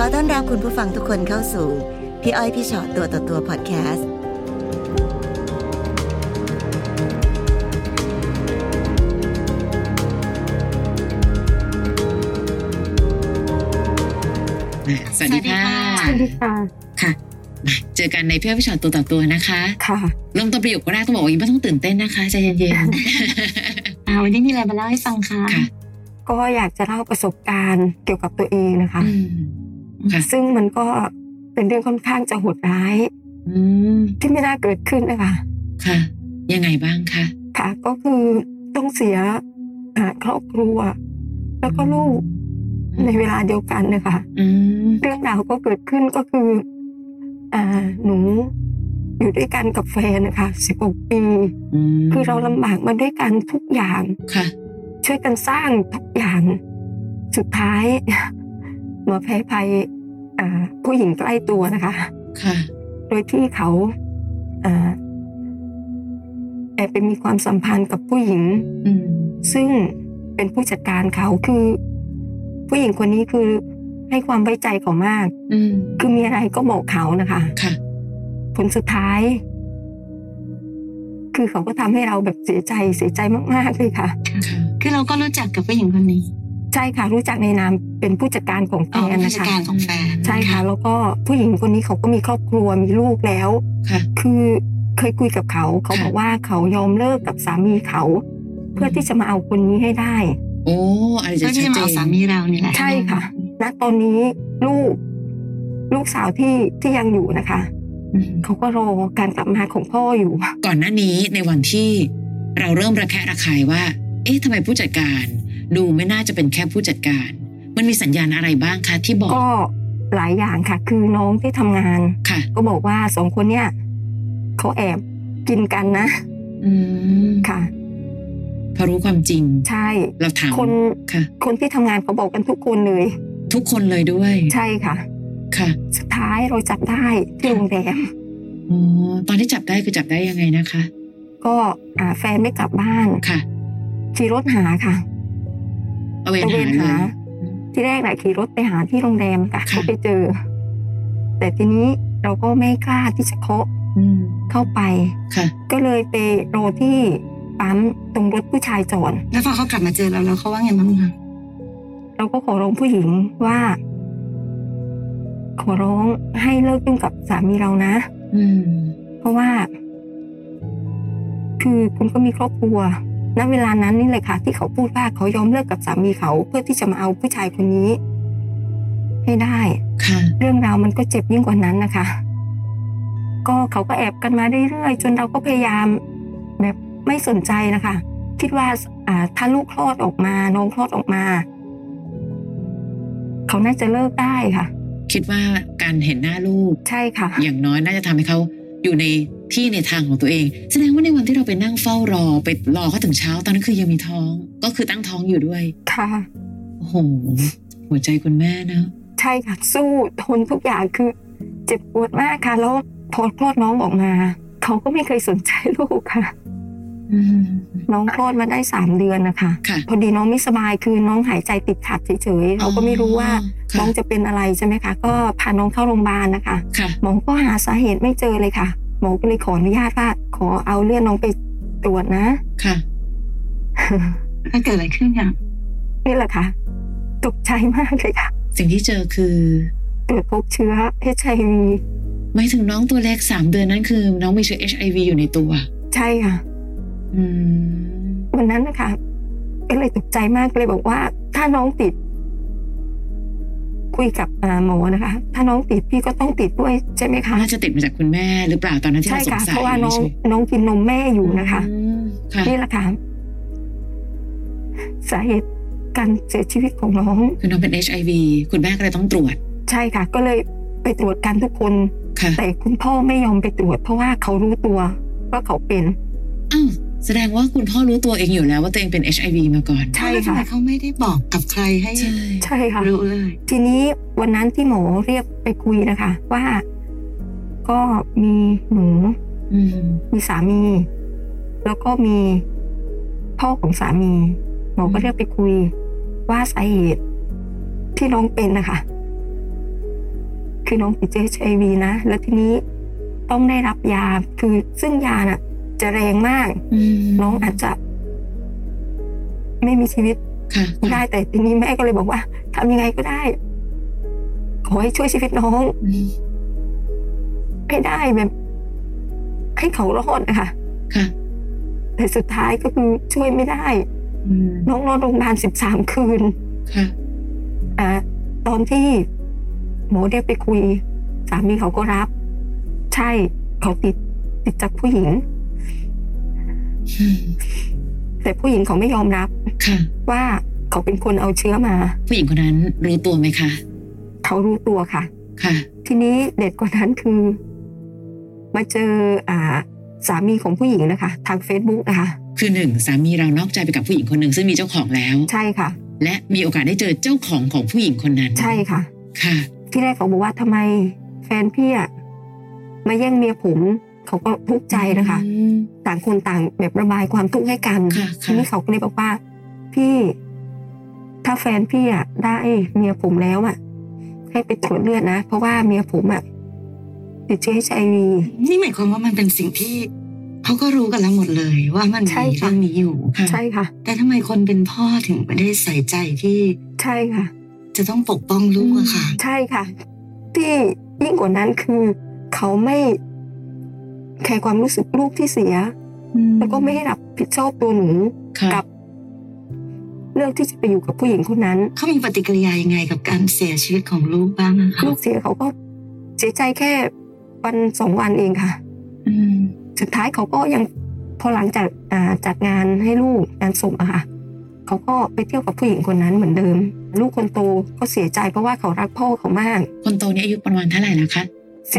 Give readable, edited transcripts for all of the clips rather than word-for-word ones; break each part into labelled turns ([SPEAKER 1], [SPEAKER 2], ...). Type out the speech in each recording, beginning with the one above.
[SPEAKER 1] อต้อนรับคุณผู้ฟังทุกคนเข้าสู่พี่อ้อยพี่ชอตตัวต่อตัวพอดแคสต์
[SPEAKER 2] สวัสดีค่ะ
[SPEAKER 3] สวัสดีค่ะ
[SPEAKER 2] ค่ะเจอกันในพี่อ้อยพี่ชอตตัวต่อตัวนะคะ
[SPEAKER 3] ค่ะ
[SPEAKER 2] ลงตัวประโยคแรกต้องบอกว่ายังไม่ต้องตื่นเต้นนะคะใจเย็นๆ
[SPEAKER 4] วันนี้มีอะไรมาเล่าให้ฟังคะ
[SPEAKER 3] ก็อยากจะเล่าประสบการณ์เกี่ยวกับตัวเองนะคะซึ่งมันก็เป็นเรื่องค่อนข้างจะโหดร้ายที่ไม่น่าเกิดขึ้นนะคะ
[SPEAKER 2] ค่ะยังไงบ้างคะ
[SPEAKER 3] ค่ะก็คือต้องเสียครอบครัวแล้วก็ลูกในเวลาเดียวกันนะคะเรื่องราวก็เกิดขึ้นก็คือหนูอยู่ด้วยกันกับแฟนนะคะ16 ปีคือเราลำบากมาด้วยกันทุกอย่างช่วยกันสร้างทุกอย่างสุดท้ายมาแพ้ภัยผู้หญิงใกล้ตัวนะคะโดยที่เขาแอบไปมีความสัมพันธ์กับผู้หญิงซึ่งเป็นผู้จัดการเขาคือผู้หญิงคนนี้คือให้ความไว้ใจเขามากคือมีอะไรก็บอกเขานะคะผลสุดท้ายคือเขาก็ทำให้เราแบบเสียใจมากๆเลยค่ะ
[SPEAKER 4] คือเราก็รู้จักกับผู้หญิงคนนี้
[SPEAKER 3] ใช่ค่ะรู้จักในนามเป็นผู้จัดการของแฟนนะคะ
[SPEAKER 4] ผู้จัดการของแฟน
[SPEAKER 3] ใช่ค่ะแล้วก็ผู้หญิงคนนี้เขาก็มีครอบครัวมีลูกแล้วคือเคยคุยกับเขาบอกว่าเขายอมเลิกกับสามีเขาเพื่อที่จะมาเอาคนนี้ให้ได้
[SPEAKER 2] โอ้อะไรจะชัดเจน
[SPEAKER 4] เอาสามีเรานี่แหละ
[SPEAKER 3] ใช่ค่ะณตอนนี้ลูกสาวที่ยังอยู่นะคะเขาก็รอการกลับมาของพ่ออยู่
[SPEAKER 2] ก่อนหน้านี้ในวันที่เราเริ่มระแคะระคายว่าเอ๊ะทำไมผู้จัดการดูไม่น่าจะเป็นแค่ผู้จัดการมันมีสัญญาณอะไรบ้างคะที่บอก
[SPEAKER 3] ก็หลายอย่างค่ะคือน้องที่ทำงานก็บอกว่า2 คนเนี่ยเขาแอบกินกันนะค่ะ
[SPEAKER 2] พอรู้ความจริง
[SPEAKER 3] ใช่
[SPEAKER 2] เราถาม
[SPEAKER 3] คนที่ทำงานเขาบอกกันทุกคนเลย
[SPEAKER 2] ทุกคนเลยด้วย
[SPEAKER 3] ใช่ค่ะสุดท้ายเราจับได้ที่โรงแรม
[SPEAKER 2] ตอนที่จับได้คือจับได้ยังไงนะคะ
[SPEAKER 3] ก็แฟนไม่กลับบ้าน
[SPEAKER 2] ค่ะ
[SPEAKER 3] ขี่รถหาค่ะ
[SPEAKER 2] ตะเวนหา
[SPEAKER 3] ที่แรกขี่รถไปหาที่โรงแรมค่ะก็ไปเจอแต่ทีนี้เราก็ไม่กล้าที่จะเข้าไปก็เลยไปรอที่ปั๊มตรงรถผู้ชายจอด
[SPEAKER 4] แล้วพอเขากลับมาเจอเราแล้วเขาว่าไงบ้างคะ
[SPEAKER 3] เราก็ขอร้องผู้หญิงว่าขอร้องให้เลิกยุ่งกับสามีเรานะเพราะว่าคือคุณก็มีครอบครัวณเวลานั้นนี่เลยค่ะที่เขาพูดว่าเขายอมเลิกกับสามีเขาเพื่อที่จะมาเอาผู้ชายคนนี้ให้ได้เรื่องราวมันก็เจ็บยิ่งกว่านั้นนะคะก็เขาก็แอบกันมาเรื่อยๆจนเราก็พยายามแบบไม่สนใจนะคะคิดว่าถ้าลูกคลอดออกมาน้องคลอดออกมาเขาน่าจะเลิกได้ค่ะ
[SPEAKER 2] คิดว่าการเห็นหน้าลูก
[SPEAKER 3] ใช่ค่ะ
[SPEAKER 2] อย่างน้อยน่าจะทำให้เขาอยู่ในที่ในทางของตัวเองแสดงว่าในวันที่เราไปนั่งเฝ้ารอไปรอเขาถึงเช้าตอนนั้นคือยังมีท้องก็คือตั้งท้องอยู่ด้วย
[SPEAKER 3] ค่ะ
[SPEAKER 2] โอ้โหหัวใจคุณแม่นะ
[SPEAKER 3] ใช่ค่ะสู้ทนทุกอย่างคือเจ็บปวดมากค่ะแล้วพอคลอดน้องออกมาเขาก็ไม่เคยสนใจลูกค่ะน้องคลอดมาได้3 เดือนนะคะพอดีน้องไม่สบายคือน้องหายใจติดขัดเฉยๆเราก็ไม่รู้ว่าน้องจะเป็นอะไรใช่ไหมคะก็พาน้องเข้าโรงพยาบาลนะคะหมอก็หาสาเหตุไม่เจอเลยค่ะหมอก็เลยขออนุญาตว่าขอเอาเลือดน้องไปตรวจนะ
[SPEAKER 2] ค่ะ
[SPEAKER 4] ถ้าเกิดอะไรขึ้นอย่าง
[SPEAKER 3] นี่แหละค่ะตกใจมากเลยค่ะ
[SPEAKER 2] สิ่งที่เจอคือ
[SPEAKER 3] ตรวจพบเชื้อ HIV
[SPEAKER 2] หมายถึงน้องตัวเล็ก3 เดือนนั้นคือน้องมีเชื้อ HIV อยู่ในตัว
[SPEAKER 3] ใช่ค่ะวันนั้นนะคะก็เลยตกใจมากเลยบอกว่าถ้าน้องติดคุยกับหมอนะคะถ้าน้องติดพี่ก็ต้องติดด้วยใช่ไหมคะ
[SPEAKER 2] น่าจะติดมาจากคุณแม่หรือเปล่าตอนนั้นที่เราสงสัย
[SPEAKER 3] ใช่ค่ะเพราะว่าน้องกินนมแม่อยู่นะคะนี่แหละค่ะสาเหตุการเสียชีวิตของน้อง
[SPEAKER 2] คือน้องเป็น HIV คุณแม่ก็เลยต้องตรวจ
[SPEAKER 3] ใช่ค่ะก็เลยไปตรวจกันทุกคนแต่คุณพ่อไม่ยอมไปตรวจเพราะว่าเขารู้ตัวว่าเขาเป็น
[SPEAKER 2] แสดงว่าคุณพ่อรู้ตัวเองอยู่แล้วว่าตัวเองเป็น HIV มาก่อน
[SPEAKER 3] ใช่ค่ะ
[SPEAKER 4] เขาไม่ได้บอกกับใครให้
[SPEAKER 3] ใช่ค่ะ
[SPEAKER 4] รู้เลย
[SPEAKER 3] ทีนี้วันนั้นที่หมอเรียกไปคุยนะคะว่าก็มีหนูมีสามีแล้วก็มีพ่อของสามีหมอก็เรียกไปคุยว่าสาเหตุที่น้องเป็นนะคะคือน้องติด HIV นะแล้วทีนี้ต้องได้รับยาคือซึ่งยาน่ะจะแรงมากน้องอาจจะไม่มีชีวิตได้แต่ทีนี้แม่ก็เลยบอกว่าทำยังไงก็ได้ขอให้ช่วยชีวิตน้องให้ได้แบบให้เขารอดนะคะแต่สุดท้ายก็คือช่วยไม่ได้น้องนอนโรงพยาบาล13 คืนตอนที่หมอเรียกไปคุยสามีเขาก็รับใช่เขาติดจากผู้หญิงแต่ผู้หญิงเขาไม่ยอมรับว่าเขาเป็นคนเอาเชื้อมา
[SPEAKER 2] ผู้หญิงคนนั้นรู้ตัวไหมคะ
[SPEAKER 3] เขารู้ตัวค่ะทีนี้เด็ดกว่านั้นคือมาเจอสามีของผู้หญิงนะคะทาง Facebook นะคะ
[SPEAKER 2] คือ1สามีเรานอกใจไปกับผู้หญิงคนหนึ่งซึ่งมีเจ้าของแล้ว
[SPEAKER 3] ใช่ค่ะ
[SPEAKER 2] และมีโอกาสได้เจอเจ้าของผู้หญิงคนนั้น
[SPEAKER 3] ใช่ค่ะที่แรกเขาบอกว่าทำไมแฟนพี่มาแย่งเมียผมเขาก็ทุกข์ใจนะคะต่างคนต่างแบบระบายความทุกข์ให้กันทีนี้เขาก็เลยบอกว่าพี่ถ้าแฟนพี่ได้เมียผมแล้วให้ไปตรวจเลือดนะเพราะว่าเมียผมติดเชื้อ HIV
[SPEAKER 4] นี่หมายความว่ามันเป็นสิ่งที่เขาก็รู้กันแล้วหมดเลยว่ามันมีเรื่องนี้อยู่
[SPEAKER 3] ใช่ค่ะ
[SPEAKER 4] แต่ทำไมคนเป็นพ่อถึงไม่ได้ใส่ใจที่
[SPEAKER 3] ใช่ค่ะ
[SPEAKER 4] จะต้องปกป้องลูกค่ะ
[SPEAKER 3] ใช่ค่ะที่ยิ่งกว่านั้นคือเขาไม่แคร์ความรู้สึกลูกที่เสียแล้วก็ไม่รับผิดชอบตัวหนูกับเรื่องที่จะไปอยู่กับผู้หญิงคนนั้น
[SPEAKER 4] เขามีปฏิกิริยายังไงกับการเสียชีวิตของลูกบ้างคะ
[SPEAKER 3] ลูกเสียเขาก็เสียใจแค่วัน2 วันเองค่ะสุดท้ายเขาก็ยังพอหลังจากจัดงานให้ลูกงานศพค่ะเขาก็ไปเที่ยวกับผู้หญิงคนนั้นเหมือนเดิมลูกคนโตก็เสียใจเพราะว่าเขารักพ่อเขามาก
[SPEAKER 2] คนโตนี่อายุประมาณเท่าไหร่แล้วคะ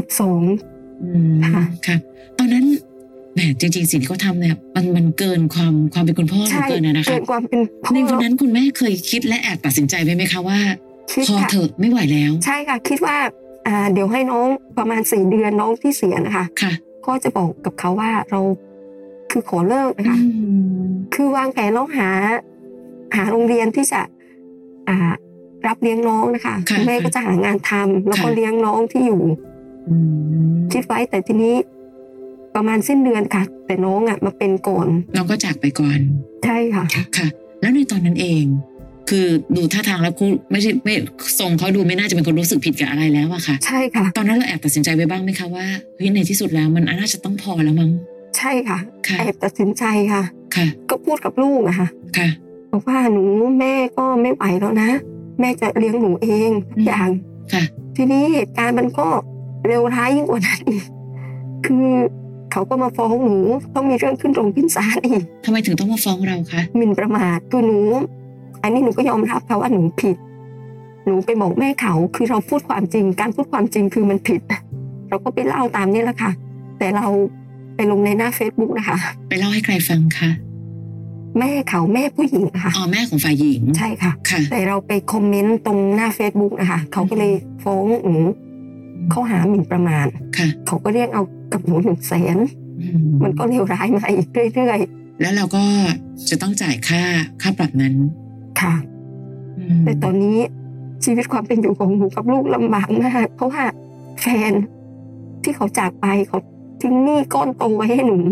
[SPEAKER 3] 12
[SPEAKER 2] ค่ะตอนนั้นแหมจริงๆสิ่งที่เขาทำเนี่ยมันเกินความเป็นคุณพ่อเกินนะคะ
[SPEAKER 3] เกินความเป็นพ่อ
[SPEAKER 2] ในวันนั้นคุณแม่เคยคิดและแอบตัดสินใจไหมคะว่าพอเถอะไม่ไหวแล้ว
[SPEAKER 3] ใช่ค่ะคิดว่าเดี๋ยวให้น้องประมาณ4 เดือนน้องที่เสียนะคะก็จะบอกกับเขาว่าเราคือขอเลิกนะคะคือวางแผนแล้วหาโรงเรียนที่จะรับเลี้ยงน้องนะคะแม่ก็จะหางานทำแล้วก็เลี้ยงน้องที่อยู่คิดไว้แต่ทีนี้ประมาณสิ้นเดือนค่ะแต่น้องมาเป็นก่อน
[SPEAKER 2] น้องก็จากไปก่อน
[SPEAKER 3] ใช่ค่ะ
[SPEAKER 2] ค่ะแล้วในตอนนั้นเองคือดูท่าทางแล้วคุณไม่ทรงเขาดูไม่น่าจะเป็นคนรู้สึกผิดกับอะไรแล้วอะค่ะ
[SPEAKER 3] ใช่ค่ะ
[SPEAKER 2] ตอนนั้นเราแอบตัดสินใจไปบ้างไหมคะว่าเฮ้ยในที่สุดแล้วมันน่าจะต้องพอแล้วมั้ง
[SPEAKER 3] ใช่ค่ะแอบตัดสินใจค่ะ
[SPEAKER 2] ค่ะ
[SPEAKER 3] ก็พูดกับลูกอะค่ะบอกว่าหนูแม่ก็ไม่ไหวแล้วนะแม่จะเลี้ยงหนูเองทุกอย่าง
[SPEAKER 2] ค่ะ
[SPEAKER 3] ทีนี้เหตุการณ์มันก็เร็วร้ายยิ่งกว่านั้นอีกคือเขาก็มาฟ้องหนูต้องมีเรื่องขึ้นศาลอีก
[SPEAKER 2] ทำไมถึงต้องมาฟ้องเราคะ
[SPEAKER 3] หมิ่นประมาทคือหนูอันนี้หนูก็ยอมรับค่ะว่าหนูผิดหนูไปบอกแม่เขาคือเราพูดความจริงการพูดความจริงคือมันผิดเราก็ไปเล่าตามนี้แหละค่ะแต่เราไปลงในหน้า Facebook นะคะ
[SPEAKER 2] ไปเล่าให้ใครฟังคะ
[SPEAKER 3] แม่เขาแม่ผู้หญิงค่ะ
[SPEAKER 2] อ๋อแม่ของฝ่ายหญิง
[SPEAKER 3] ใช่ค่ะแต่เราไปคอมเมนต์ตรงหน้า Facebook นะคะเขาก็เลยฟ้องหนูเขาหาหมิ่นประมาทเขาก็เรียกเอากับหนู100,000มันก็เลวร้ายมาอีกเรื่อย
[SPEAKER 2] ๆแล้วเราก็จะต้องจ่ายค่าปรับนั้น
[SPEAKER 3] ค่ะแต่ตอนนี้ชีวิตความเป็นอยู่ของหนูกับลูกลำบากมากเพราะว่าแฟนที่เขาจากไปเขาทิ้งหนี้ก้อนโตไว้ให้หนู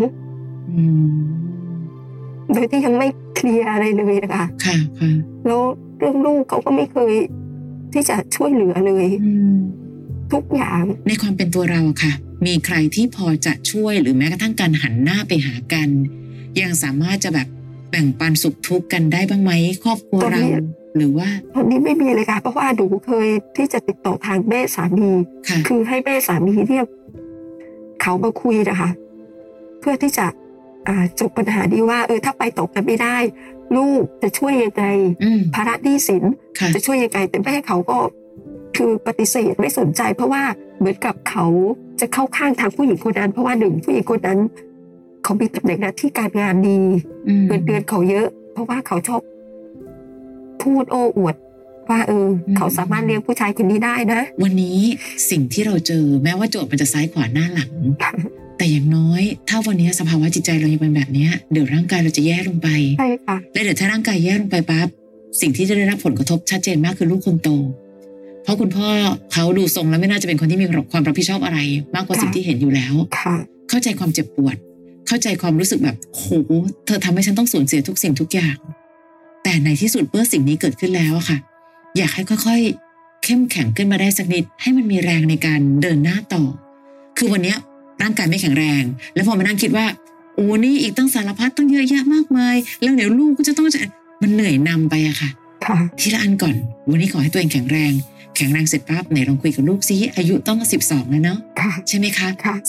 [SPEAKER 3] โดยที่ยังไม่เคลียร์อะไรเลยนะคะ
[SPEAKER 2] ค่ะ
[SPEAKER 3] แล้วเรื่องลูกเขาก็ไม่เคยที่จะช่วยเหลือเลยทุกอย่าง
[SPEAKER 2] ในความเป็นตัวเราค่ะมีใครที่พอจะช่วยหรือแม้กระทั่งการหันหน้าไปหากันยังสามารถจะแบบแบ่งปันสุขทุกข์กันได้บ้างไหมครอบครัวเราหรือว่า
[SPEAKER 3] ตอนนี้ไม่มีเลยค่ะเพราะว่าหนูเคยที่จะติดต่อทางแม่สามีคือให้แม่สามีเรียกเขามาคุยนะคะเพื่อที่จะจบปัญหาดีว่าถ้าไปตกกันไม่ได้ลูกจะช่วยยังไงภาระหนี้สินจะช่วยยังไงแต่แม่เขาก็คือปฏิเสธไม่สนใจเพราะว่าเหมือนกับเขาจะเข้าข้างทางผู้หญิงคนนั้นเพราะว่า1ผู้หญิงคนนั้นเขามีตำแหน่งหน้าที่การงานดีเงินเดือนเขาเยอะเพราะว่าเขาชอบพูดโอ้อวดว่าเขาสามารถเลี้ยงผู้ชายคนนี้ได้นะ
[SPEAKER 2] วันนี้สิ่งที่เราเจอแม้ว่าโจทย์มันจะซ้ายขวาหน้าหลังแต่อย่างน้อยถ้าวันนี้สภาวะจิตใจเรายังเป็นแบบนี้เดี๋ยวร่างกายเราจะแย่ลงไป
[SPEAKER 3] ใช่ค่ะ
[SPEAKER 2] และเดี๋ยวถ้าร่างกายแย่ลงไปปั๊บสิ่งที่จะได้รับผลกระทบชัดเจนมากคือลูกคนโตเพราะคุณพ่อเขาดูทรงแล้วไม่น่าจะเป็นคนที่มีความรับผิดชอบอะไรมากกว่าสิ่งที่เห็นอยู่แล้วเข้าใจความเจ็บปวดเข้าใจความรู้สึกแบบโหเธอทำให้ฉันต้องสูญเสียทุกสิ่งทุกอย่างแต่ในที่สุดเมื่อสิ่งนี้เกิดขึ้นแล้วอะค่ะอยากให้ค่อยๆเข้มแข็งขึ้นมาได้สักนิดให้มันมีแรงในการเดินหน้าต่อคือวันนี้ร่างกายไม่แข็งแรงแล้วพอมานั่งคิดว่าโอ้นี่อีกตั้งสารพัดตั้งเยอะแยะมากมายแล้วเดี๋ยวลูกก็จะต้องมันเหนื่อยนำไปอะค่ะทีละอันก่อนวันนี้ขอให้ตัวเองแข็งแรงเสร็จปั๊บไหนลองคุยกับลูกซิอายุต้อง12แล้วเนาะใช่ไหมคะ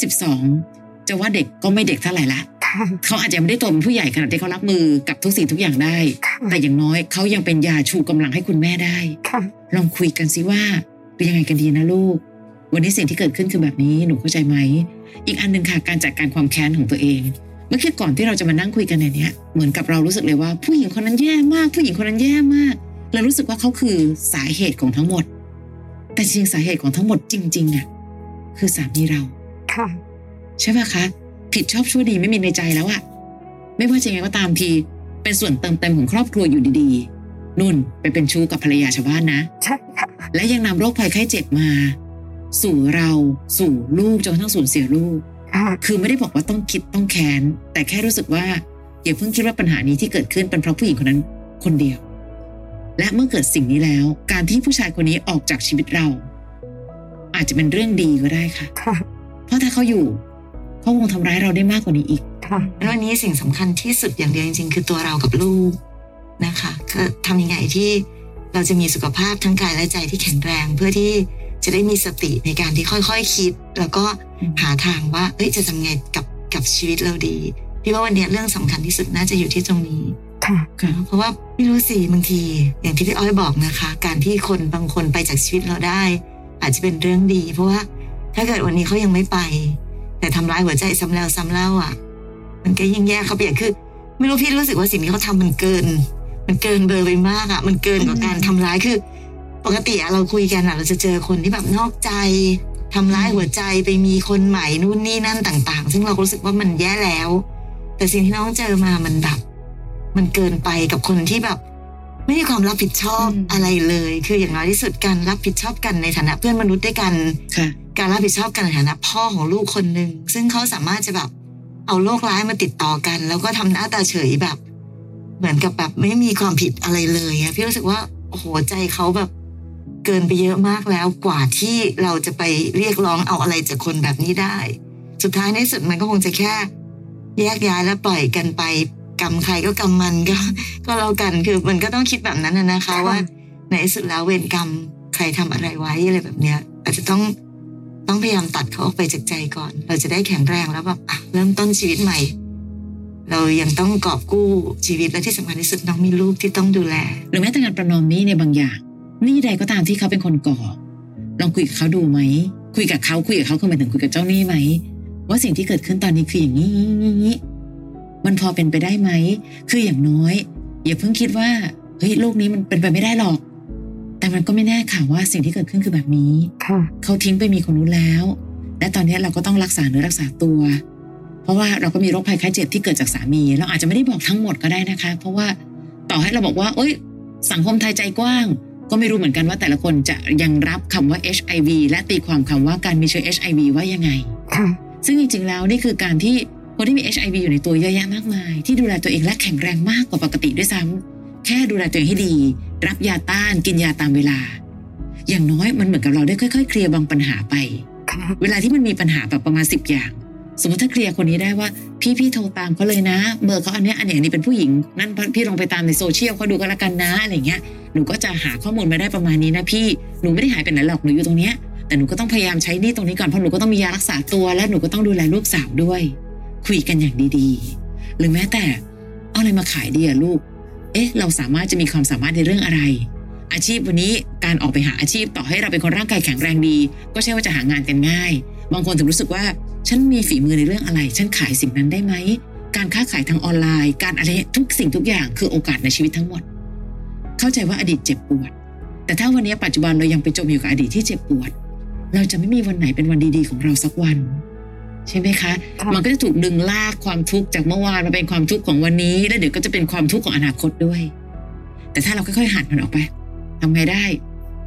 [SPEAKER 2] 12จะว่าเด็กก็ไม่เด็กเท่าไหร่ละเขาอาจจะไม่ได้โตเป็นผู้ใหญ่ขนาดที่เขารับมือกับทุกสิ่งทุกอย่างได้แต่อย่างน้อยเขายังเป็นยาชูกำลังให้คุณแม่ได้ลองคุยกันซิว่าเป็นยังไงกันดีนะลูกวันนี้สิ่งที่เกิดขึ้นคือแบบนี้หนูเข้าใจไหมอีกอันนึงค่ะการจัดการความแค้นของตัวเองเมื่อกี้ก่อนที่เราจะมานั่งคุยกันในนี้เหมือนกับเรารู้สึกเลยว่าผู้หญิงคนนั้นแย่มากผู้หญิงคนนั้นแย่มากเรารู้สึกว่าเขาคือสาเหตุของทั้งหมดแต่จริงสาเหตุของทั้งหมดจริงๆอ่ะคือสามีเราค่ะใช่ป่ะคะผิดชอบชั่วดีไม่มีในใจแล้วอะไม่ว่าจะยังไงก็ตามทีเป็นส่วนเติมเต็มของครอบครัวอยู่ดีๆนุ่นไปเป็นชู้กับภรรยาชาวบ้านนะใช่ค่ะและยังนำโรคภัยไข้เจ็บมาสู่เราสู่ลูกจนทั้งสูญเสียลูกคือไม่ได้บอกว่าต้องคิดต้องแค้นแต่แค่รู้สึกว่าอย่าเพิ่งคิดว่าปัญหานี้ที่เกิดขึ้นเป็นเพราะผู้หญิงคนนั้นคนเดียวและเมื่อเกิดสิ่งนี้แล้วการที่ผู้ชายคนนี้ออกจากชีวิตเราอาจจะเป็นเรื่องดีก็ได้ค่ะเพราะถ้าเขาอยู่เขาคงทำร้ายเราได้มากกว่านี้อีก
[SPEAKER 4] แล้ววันนี้สิ่งสำคัญที่สุดอย่างเดียวจริงๆคือตัวเรากับลูกนะคะคือทำยังไงที่เราจะมีสุขภาพทั้งกายและใจที่แข็งแรงเพื่อที่จะได้มีสติในการที่ค่อยๆคิดแล้วก็หาทางว่าจะทำไงกับชีวิตเราดีพี่ว่าวันนี้เรื่องสำคัญที่สุดน่าจะอยู่ที่ตรงนี้เพราะว่าไม่รู้สิบางทีอย่างที่พี่อ้อยบอกนะคะการที่คนบางคนไปจากชีวิตเราได้อาจจะเป็นเรื่องดีเพราะว่าถ้าเกิดวันนี้เขายังไม่ไปแต่ทำร้ายหัวใจซ้ำแล้วซ้ำเล่าอ่ะมันก็ยิ่งแย่เขาเปลี่ยนคือไม่รู้พี่รู้สึกว่าสิ่งที่เขาทำมันเกินเบอร์ไปมากอ่ะมันเกินกว่าการทำร้ายคือปกติเราคุยกันเราจะเจอคนที่แบบนอกใจทำร้ายหัวใจไปมีคนใหม่นู่นนี่นั่นต่างๆซึ่งเรารู้สึกว่ามันแย่แล้วแต่สิ่งที่น้องเจอมามันแบบมันเกินไปกับคนที่แบบไม่มีความรับผิดชอบอะไรเลยคืออย่างน้อยที่สุดการรับผิดชอบกันในฐานะเพื่อนมนุษย์ด้วยกันการรับผิดชอบกันในฐานะพ่อของลูกคนนึงซึ่งเขาสามารถจะแบบเอาโรคร้ายมาติดต่อกันแล้วก็ทำหน้าตาเฉยแบบเหมือนกับแบบไม่มีความผิดอะไรเลยอะพี่รู้สึกว่าโอ้โหใจเขาแบบเกินไปเยอะมากแล้วกว่าที่เราจะไปเรียกร้องเอาอะไรจากคนแบบนี้ได้สุดท้ายในสุดมันก็คงจะแค่แยกย้ายแล้วปล่อยกันไปกรรมใครก็กรรมมันก็แล้วกันคือมันก็ต้องคิดแบบนั้นนะคะว่าในสุดแล้วเวรกรรมใครทำอะไรไว้อะไรแบบเนี้ยอาจจะต้องพยายามตัดเขาออกไปจากใจก่อนเราจะได้แข็งแรงแล้วแบบเริ่มต้นชีวิตใหม่เรายังต้องกอบกู้ชีวิตและที่สำคัญที่สุดน้องมีลูกที่ต้องดูแล
[SPEAKER 2] หรือแม้แต่การประนอมหนี้ในบางอย่างหนี้ใดก็ตามที่เขาเป็นคนก่อลองคุยกับเขาดูไหมคุยกับเขาคือหมายถึงคุยกับเจ้าหนี้ไหมว่าสิ่งที่เกิดขึ้นตอนนี้คืออย่างนี้มันพอเป็นไปได้ไหมคืออย่างน้อยอย่าเพิ่งคิดว่าเฮ้ยโลกนี้มันเป็นไปไม่ได้หรอกแต่มันก็ไม่แน่ค่ะว่าสิ่งที่เกิดขึ้นคือแบบนี้เขาทิ้งไปมีคนนู้นแล้วและตอนนี้เราก็ต้องรักษาเนื้อรักษาตัวเพราะว่าเราก็มีโรคภัยไข้เจ็บที่เกิดจากสามีเราอาจจะไม่ได้บอกทั้งหมดก็ได้นะคะเพราะว่าต่อให้เราบอกว่าสังคมไทยใจกว้างก็ไม่รู้เหมือนกันว่าแต่ละคนจะยังรับคำว่า HIV และตีความคำว่าการมีเชื้อ HIV ว่ายังไงซึ่งจริงๆแล้วนี่คือการที่คนที่มี HIV อยู่ในตัวเยอะแยะมากมายที่ดูแลตัวเองและแข็งแรงมากกว่าปกติด้วยซ้ำแค่ดูแลตัวเองให้ดีรับยาต้านกินยาตามเวลาอย่างน้อยมันเหมือนกับเราได้ค่อยๆเคลียร์บางปัญหาไปเวลาที่มันมีปัญหาแบบประมาณ10อย่างสมมติถ้าเคลียร์คนนี้ได้ว่าพี่โทรตามเขาเลยนะเบอร์เขาอันนี้เป็นผู้หญิงนั่นพี่ลองไปตามในโซเชียลเขาดูกันละกันนะอะไรเงี้ยหนูก็จะหาข้อมูลมาได้ประมาณนี้นะพี่หนูไม่ได้หายไปไหนหรอกหนูอยู่ตรงเนี้ยแต่หนูก็ต้องพยายามใช้นี่ตรงนี้ก่อนเพราะหนูก็ต้องมียารักษาตัวและหนูก็ต้องดูแลลูกสาวด้วยคุยกันอย่างดีๆหรือแม้แต่เอาอะไรมาขายดีอะลูกเราสามารถจะมีความสามารถในเรื่องอะไรอาชีพวันนี้การออกไปหาอาชีพต่อให้เราเป็นคนร่างกายแข็งแรงดีก็ใช่ว่าจะหางานกันง่ายบางคนถึงรู้สึกว่าฉันมีฝีมือในเรื่องอะไรฉันขายสิ่งนั้นได้ไหมการค้าขายทางออนไลน์การอะไรทุกสิ่งทุกอย่างคือโอกาสในชีวิตทั้งหมดเข้าใจว่าอดีตเจ็บปวดแต่ถ้าวันนี้ปัจจุบันเรายังไปจมอยู่กับอดีตที่เจ็บปวดเราจะไม่มีวันไหนเป็นวันดีๆของเราสักวันใช่ไหมคะมันก็จะถูกดึงลากความทุกข์จากเมื่อวานมาเป็นความทุกข์ของวันนี้แล้วเดี๋ยวก็จะเป็นความทุกข์ของอนาคตด้วยแต่ถ้าเราค่อยๆหันมันออกไปทำไงได้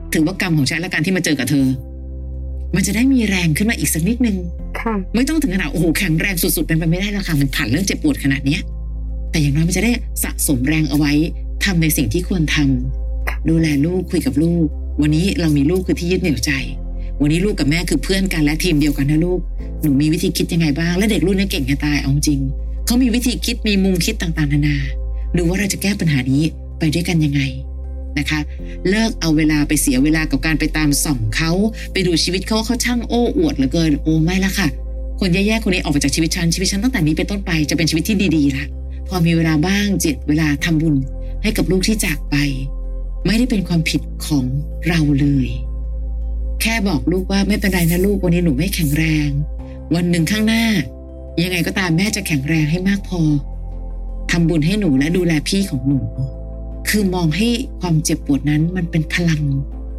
[SPEAKER 2] ถือว่ากรรมของฉันและการที่มาเจอกับเธอมันจะได้มีแรงขึ้นมาอีกสักนิดนึงไม่ต้องถึงขนาดโอ้โหแข็งแรงสุดๆเป็นไปไม่ได้แล้วค่ะมันผ่านเรื่องเจ็บปวดขนาดนี้แต่อย่างน้อยมันจะได้สะสมแรงเอาไว้ทำในสิ่งที่ควรทำดูแลลูกคุยกับลูกวันนี้เรามีลูกคือที่ยึดเหนี่ยวใจวันนี้ลูกกับแม่คือเพื่อนกันและทีมเดียวกันนะลูกหนูมีวิธีคิดยังไงบ้างและเด็กรุ่นนี้เก่งจะตายเอาจริงเขามีวิธีคิดมีมุมคิดต่างๆนานาดูว่าเราจะแก้ปัญหานี้ไปด้วยกันยังไงนะคะเลิกเอาเวลาไปเสียเวลากับการไปตามส่องเขาไปดูชีวิตเขาช่างโอ้อวดเหลือเกินโอ้ไม่ละค่ะคนแย่ๆคนนี้ออกไปจากชีวิตฉันตั้งแต่นี้เป็นต้นไปจะเป็นชีวิตที่ดีๆละพอมีเวลาบ้างจิตเวลาทำบุญให้กับลูกที่จากไปไม่ได้เป็นความผิดของเราเลยแค่บอกลูกว่าไม่เป็นไรนะลูกวันนี้หนูไม่แข็งแรงวันหนึ่งข้างหน้ายังไงก็ตามแม่จะแข็งแรงให้มากพอทำบุญให้หนูและดูแลพี่ของหนูคือมองให้ความเจ็บปวดนั้นมันเป็นพลัง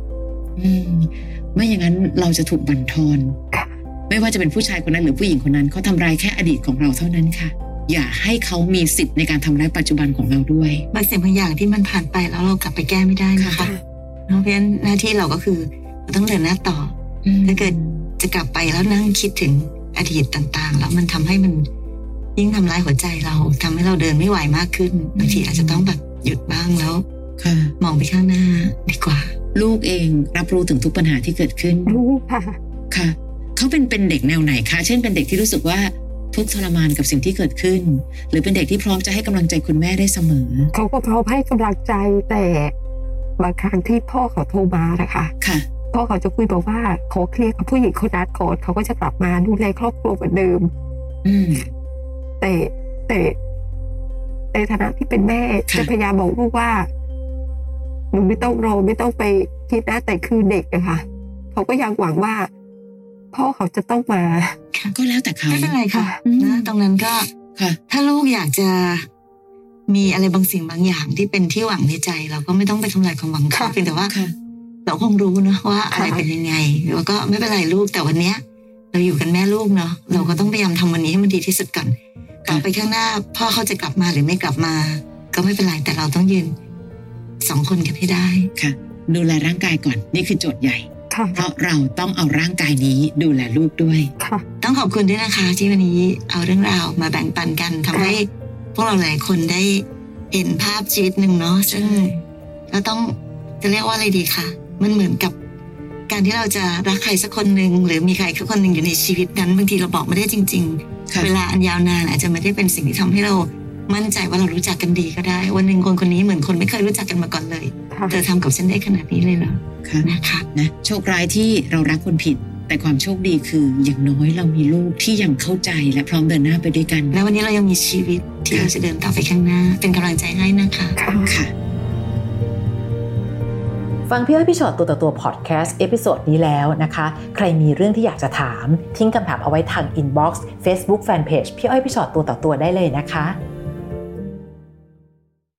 [SPEAKER 2] ไม่อย่างนั้นเราจะถูกบั่นทอนไม่ว่าจะเป็นผู้ชายคนนั้นหรือผู้หญิงคนนั้นเขาทำร้ายแค่อดีตของเราเท่านั้นค่ะอย่าให้เขามีสิทธิ์ในการทำร้ายปัจจุบันของเราด้วย
[SPEAKER 4] บางสิ่งบางอย่างที่มันผ่านไปแล้วเรากลับไปแก้ไม่ได้นะคะเพราะฉะนั้นหน้าที่เราก็คือเราต้องเดินหน้าต่อถ้าเกิดจะกลับไปแล้วนั่งคิดถึงอดีตต่างๆแล้วมันทำให้มันยิ่งทำร้ายหัวใจเราทำให้เราเดินไม่ไหวมากขึ้นบางทีอาจจะต้องแบบหยุดบ้างแล้วมองไปข้างหน้าดีกว่า
[SPEAKER 2] ลูกเองรับรู้ถึงทุกปัญหาที่เกิดขึ้น
[SPEAKER 3] รู้ค่ะ
[SPEAKER 2] ค่ะเขาเป็นเด็กแนวไหนคะเช่นเป็นเด็กที่รู้สึกว่าทุกข์ทรมานกับสิ่งที่เกิดขึ้นหรือเป็นเด็กที่พร้อมจะให้กำลังใจคุณแม่ได้เสมอ
[SPEAKER 3] เขาก็พร้อมให้กำลังใจแต่บางครั้งที่พ่อเขาโทรมานะคะ
[SPEAKER 2] ค่ะ
[SPEAKER 3] พ่อเขาจะคุยบอกว่าขอเคลียร์กับผู้หญิงคนนั้นก่อนเขาก็จะกลับมาดูแลครอบครัวเหมือนเดิมแต่ในฐานะที่เป็นแม่จะพยายามบอกลูกว่าหนูไม่ต้องรอไม่ต้องไปคิดนะแต่คือเด็กนะคะเขาก็ยังหวังว่าพ่อเขาจะต้องมา
[SPEAKER 2] ก็แล้วแต่เขา
[SPEAKER 4] ไม่เป็นไรค่ะนะตรงนั้นก็ถ้าลูกอยากจะมีอะไรบางสิ่งบางอย่างที่เป็นที่หวังในใจเราก็ไม่ต้องไปทำลายความหวังเขาเพียงแต่ว่าเราคงรู้นะว่าอะไรเป็นยังไงแล้วก็ไม่เป็นไรลูกแต่วันเนี้ยเราอยู่กันแม่ลูกเนาะเราก็ต้องพยายามทำวันนี้ให้มันดีที่สุดก่อนต่อไปข้างหน้าพ่อเขาจะกลับมาหรือไม่กลับมาก็ไม่เป็นไรแต่เราต้องยืน2 คนกันให้ได้
[SPEAKER 2] ค่ะดูแลร่างกายก่อนนี่คือโจทย์ใหญ่เพราะเราต้องเอาร่างกายนี้ดูแลลูกด้วย
[SPEAKER 4] ต้องขอบคุณด้วยนะคะที่วันนี้เอาเรื่องราวมาแบ่งปันกันทำให้พวกเราหลายคนได้เห็นภาพชีวิตหนึ่งเนาะซึ่งเราต้องจะเรียกว่าอะไรดีคะมันเหมือนกับการที่เราจะรักใครสักคนหนึ่งหรือมีใครสักคนหนึ่งอยู่ในชีวิตนั้นบางทีเราบอกไม่ได้จริงๆเวลาอันยาวนานอาจจะไม่ได้เป็นสิ่งที่ทำให้เรามั่นใจว่าเรารู้จักกันดีก็ได้วันหนึ่งคนนี้เหมือนคนไม่เคยรู้จักกันมาก่อนเลยเธอทำกับฉันได้ขนาดนี้เลยเหรอนะคะ
[SPEAKER 2] นะโชคร้ายที่เรารักคนผิดแต่ความโชคดีคืออย่างน้อยเรามีลูกที่ยังเข้าใจและพร้อมเดินหน้าไปด้วยกัน
[SPEAKER 4] และวันนี้เรายังมีชีวิตที่เราจะเดินต่อไปข้างหน้าเป็นกำลังใจให้นะคะ
[SPEAKER 2] ค่ะ
[SPEAKER 5] ฟังพี่อ้อยพี่ชอตตัวต่อตัวพอดแคสต์เอพิโซดนี้แล้วนะคะใครมีเรื่องที่อยากจะถามทิ้งคำถามเอาไว้ทางอินบ็อกซ์ Facebook Fanpage พี่อ้อยพี่ชอตตัวต่อตัวได้เลยนะคะ